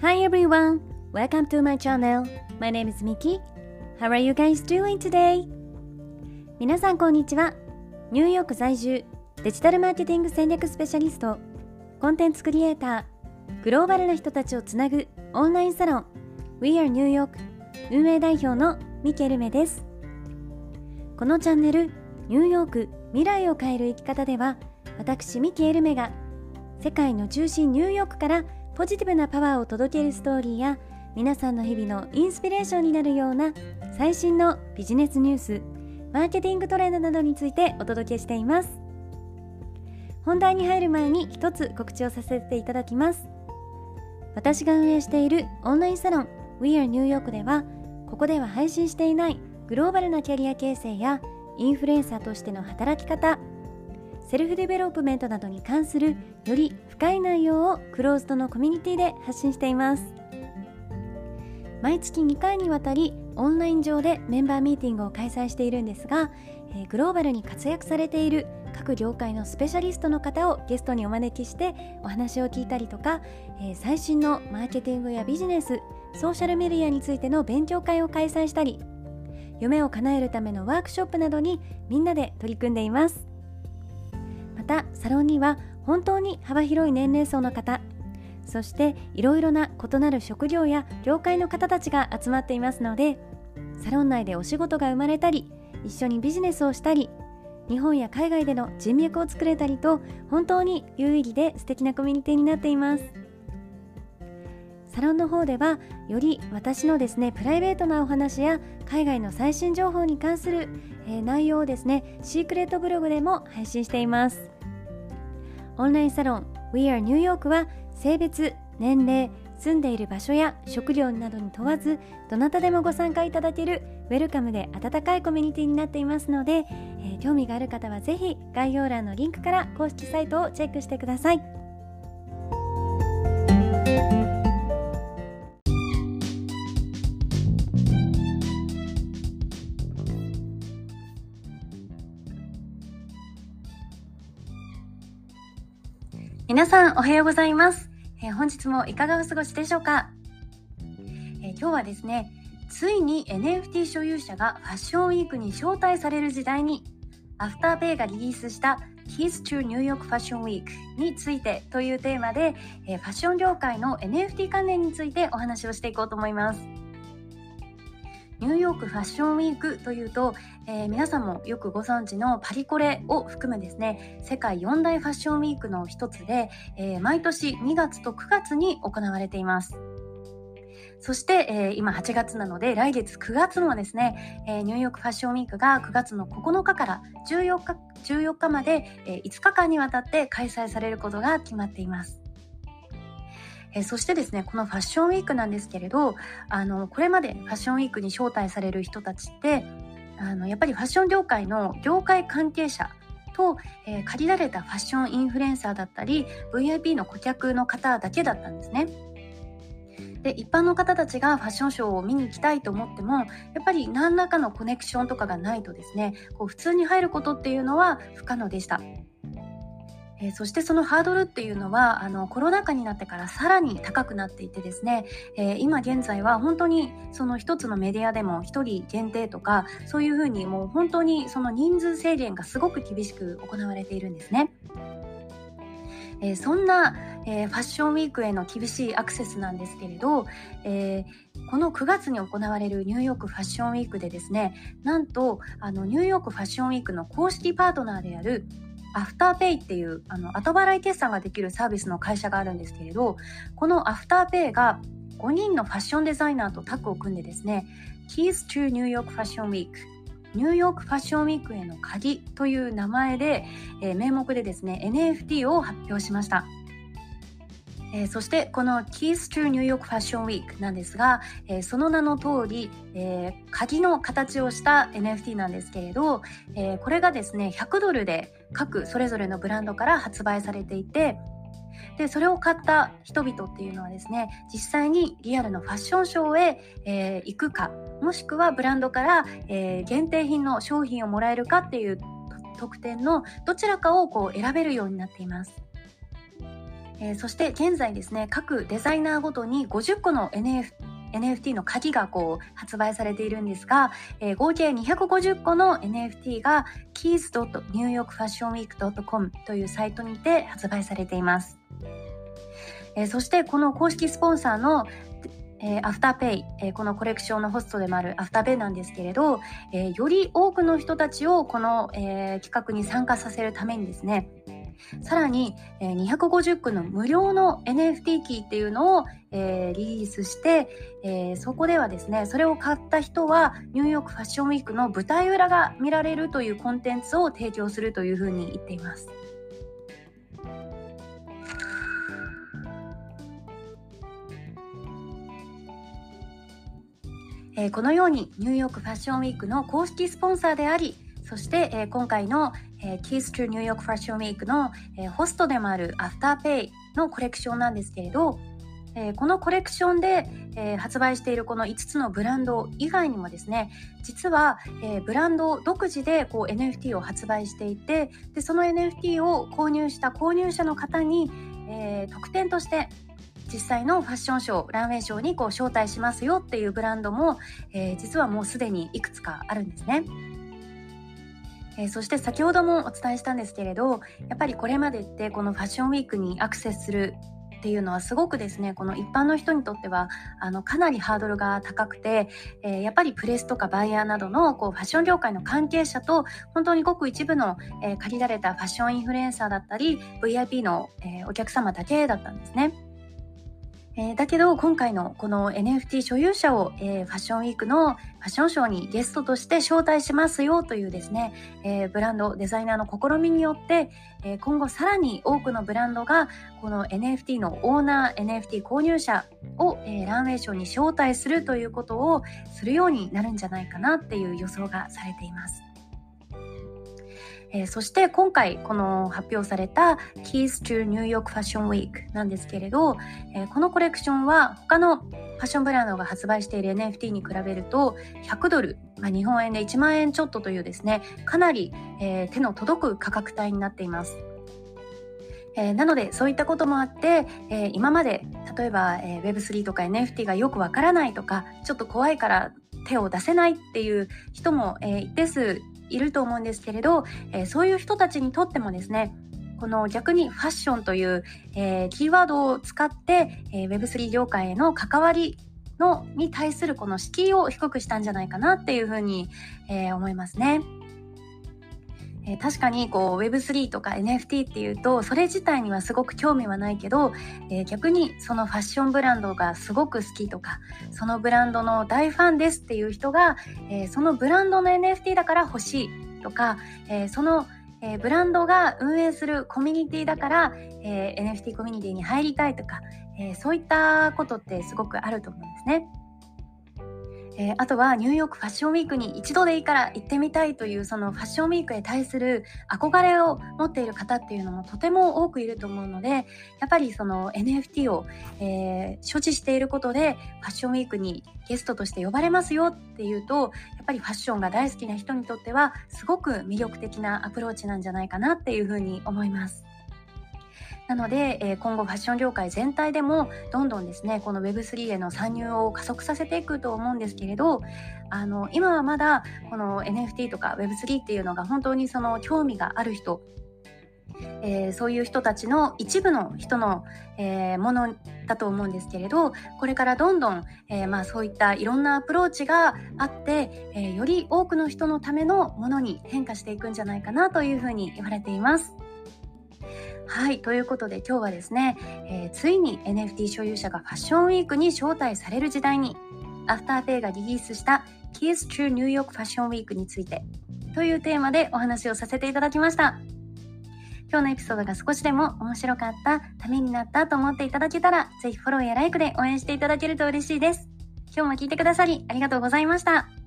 Hi everyone, welcome to my channel. My name is Miki. How are you guys doing today? 皆さんこんにちは。ニューヨーク在住、デジタルマーケティング戦略スペシャリスト、コンテンツクリエイター、グローバルな人たちをつなぐオンラインサロン We are New York 運営代表のミキエルメです。このチャンネルニューヨーク未来を変える生き方では、私ミキエルメが世界の中心ニューヨークからポジティブなパワーを届けるストーリーや、皆さんの日々のインスピレーションになるような最新のビジネスニュース、マーケティングトレンドなどについてお届けしています。本題に入る前に一つ告知をさせていただきます。私が運営しているオンラインサロン We are New York では、ここでは配信していないグローバルなキャリア形成やインフルエンサーとしての働き方、セルフデベロップメントなどに関するより深い内容をクローズドのコミュニティで発信しています。毎月2回にわたりオンライン上でメンバーミーティングを開催しているんですが、グローバルに活躍されている各業界のスペシャリストの方をゲストにお招きしてお話を聞いたりとか、最新のマーケティングやビジネス、ソーシャルメディアについての勉強会を開催したり、夢を叶えるためのワークショップなどにみんなで取り組んでいます。またサロンには本当に幅広い年齢層の方、そしていろいろな異なる職業や業界の方たちが集まっていますので、サロン内でお仕事が生まれたり、一緒にビジネスをしたり、日本や海外での人脈を作れたりと、本当に有意義で素敵なコミュニティになっています。サロンの方ではより私のですね、プライベートなお話や海外の最新情報に関する、内容をですね、シークレットブログでも配信しています。オンラインサロン We are New York は性別、年齢、住んでいる場所や職業などに問わず、どなたでもご参加いただけるウェルカムで温かいコミュニティになっていますので、興味がある方はぜひ概要欄のリンクから公式サイトをチェックしてください。皆さんおはようございます。本日もいかがお過ごしでしょうか。今日はですね、ついに NFT 所有者がファッションウィークに招待される時代に、アフターペイがリリースした Keys to New York Fashion Week についてというテーマで、ファッション業界の NFT 関連についてお話をしていこうと思います。ニューヨークファッションウィークというと、皆さんもよくご存知のパリコレを含むですね、世界4大ファッションウィークの一つで、毎年2月と9月に行われています。そして、今8月なので、来月9月もですね、ニューヨークファッションウィークが9月の9日から14日まで、5日間にわたって開催されることが決まっています。そしてですね、このファッションウィークなんですけれど、これまでファッションウィークに招待される人たちって、やっぱりファッション業界の業界関係者と、限られたファッションインフルエンサーだったり VIP の顧客の方だけだったんですね。で、一般の方たちがファッションショーを見に行きたいと思っても、やっぱり何らかのコネクションとかがないとですね、普通に入ることっていうのは不可能でした。そしてそのハードルっていうのはコロナ禍になってからさらに高くなっていてですね、今現在は本当にその一つのメディアでも1人限定とか、そういうふうにもう本当にその人数制限がすごく厳しく行われているんですね。そんな、ファッションウィークへの厳しいアクセスなんですけれど、この9月に行われるニューヨークファッションウィークでですね、なんとニューヨークファッションウィークの公式パートナーであるアフターペイっていう後払い決済ができるサービスの会社があるんですけれど、このアフターペイが5人のファッションデザイナーとタッグを組んでですね、Keys to New York Fashion Week、ニューヨークファッションウィークへの鍵という名前で、名目でですね NFT を発表しました。そしてこの Keys to New York Fashion Week なんですが、その名の通り、鍵の形をした NFT なんですけれど、これがですね$100で各それぞれのブランドから発売されていて、でそれを買った人々っていうのはですね、実際にリアルのファッションショーへ、行くか、もしくはブランドから、限定品の商品をもらえるかっていう特典のどちらかを選べるようになっています。 そして現在ですね、各デザイナーごとに50個の NFT の鍵が発売されているんですが、合計250個の NFT が keys.newyorkfashionweek.com というサイトにて発売されています。そしてこの公式スポンサーのアフターペイ、このコレクションのホストでもあるアフターペイなんですけれど、より多くの人たちをこの、企画に参加させるためにですね、さらに、250個の無料の NFT キーっていうのを、リリースして、そこではですね、それを買った人はニューヨークファッションウィークの舞台裏が見られるというコンテンツを提供するというふうに言っています。このようにニューヨークファッションウィークの公式スポンサーであり、そして、今回の、Keys to New York Fashion Week の、ホストでもあるアフターペイのコレクションなんですけれど、このコレクションで、発売しているこの5つのブランド以外にもですね、実は、ブランド独自でNFT を発売していて、でその NFT を購入した購入者の方に、特典として実際のファッションショー、ランウェイショーに招待しますよっていうブランドも、実はもうすでにいくつかあるんですね。そして先ほどもお伝えしたんですけれど、やっぱりこれまでってこのファッションウィークにアクセスするっていうのはすごくですね、この一般の人にとってはかなりハードルが高くて、やっぱりプレスとかバイヤーなどのファッション業界の関係者と本当にごく一部の、限られたファッションインフルエンサーだったり VIP の、お客様だけだったんですね。だけど今回のこの NFT 所有者を、ファッションウィークのファッションショーにゲストとして招待しますよというですね、ブランドデザイナーの試みによって、今後さらに多くのブランドがこの NFT のオーナー NFT 購入者を、ランウェイショーに招待するということをするようになるんじゃないかなっていう予想がされています。そして今回この発表された Keys to New York Fashion Week なんですけれど、このコレクションは他のファッションブランドが発売している NFT に比べると100ドル、日本円で1万円ちょっとというですね、かなり、手の届く価格帯になっています。なのでそういったこともあって、今まで例えば、Web3 とか NFT がよくわからないとか、ちょっと怖いから手を出せないっていう人も、一定数いると思うんですけれど、そういう人たちにとってもですね、この逆にファッションという、キーワードを使って、Web3 業界への関わりに対するこの敷居を低くしたんじゃないかなっていうふうに、思いますね。確かにWeb3 とか NFT っていうとそれ自体にはすごく興味はないけど、逆にそのファッションブランドがすごく好きとか、そのブランドの大ファンですっていう人が、そのブランドの NFT だから欲しいとか、そのブランドが運営するコミュニティだから、NFT コミュニティに入りたいとか、そういったことってすごくあると思うんですね。あとはニューヨークファッションウィークに一度でいいから行ってみたいというそのファッションウィークへ対する憧れを持っている方っていうのもとても多くいると思うので、やっぱりその NFT を、所持していることでファッションウィークにゲストとして呼ばれますよっていうと、やっぱりファッションが大好きな人にとってはすごく魅力的なアプローチなんじゃないかなっていうふうに思います。なので、今後ファッション業界全体でもどんどんですね、この Web3 への参入を加速させていくと思うんですけれど、今はまだこの NFT とか Web3 っていうのが本当にその興味がある人、そういう人たちの一部の人の、ものだと思うんですけれど、これからどんどん、そういったいろんなアプローチがあって、より多くの人のためのものに変化していくんじゃないかなというふうに言われています。はい、ということで今日はですね、ついに NFT 所有者がファッションウィークに招待される時代に、アフターペイがリリースした Keys to New York Fashion Week についてというテーマでお話をさせていただきました。今日のエピソードが少しでも面白かった、ためになったと思っていただけたら、ぜひフォローやライクで応援していただけると嬉しいです。今日も聞いてくださりありがとうございました。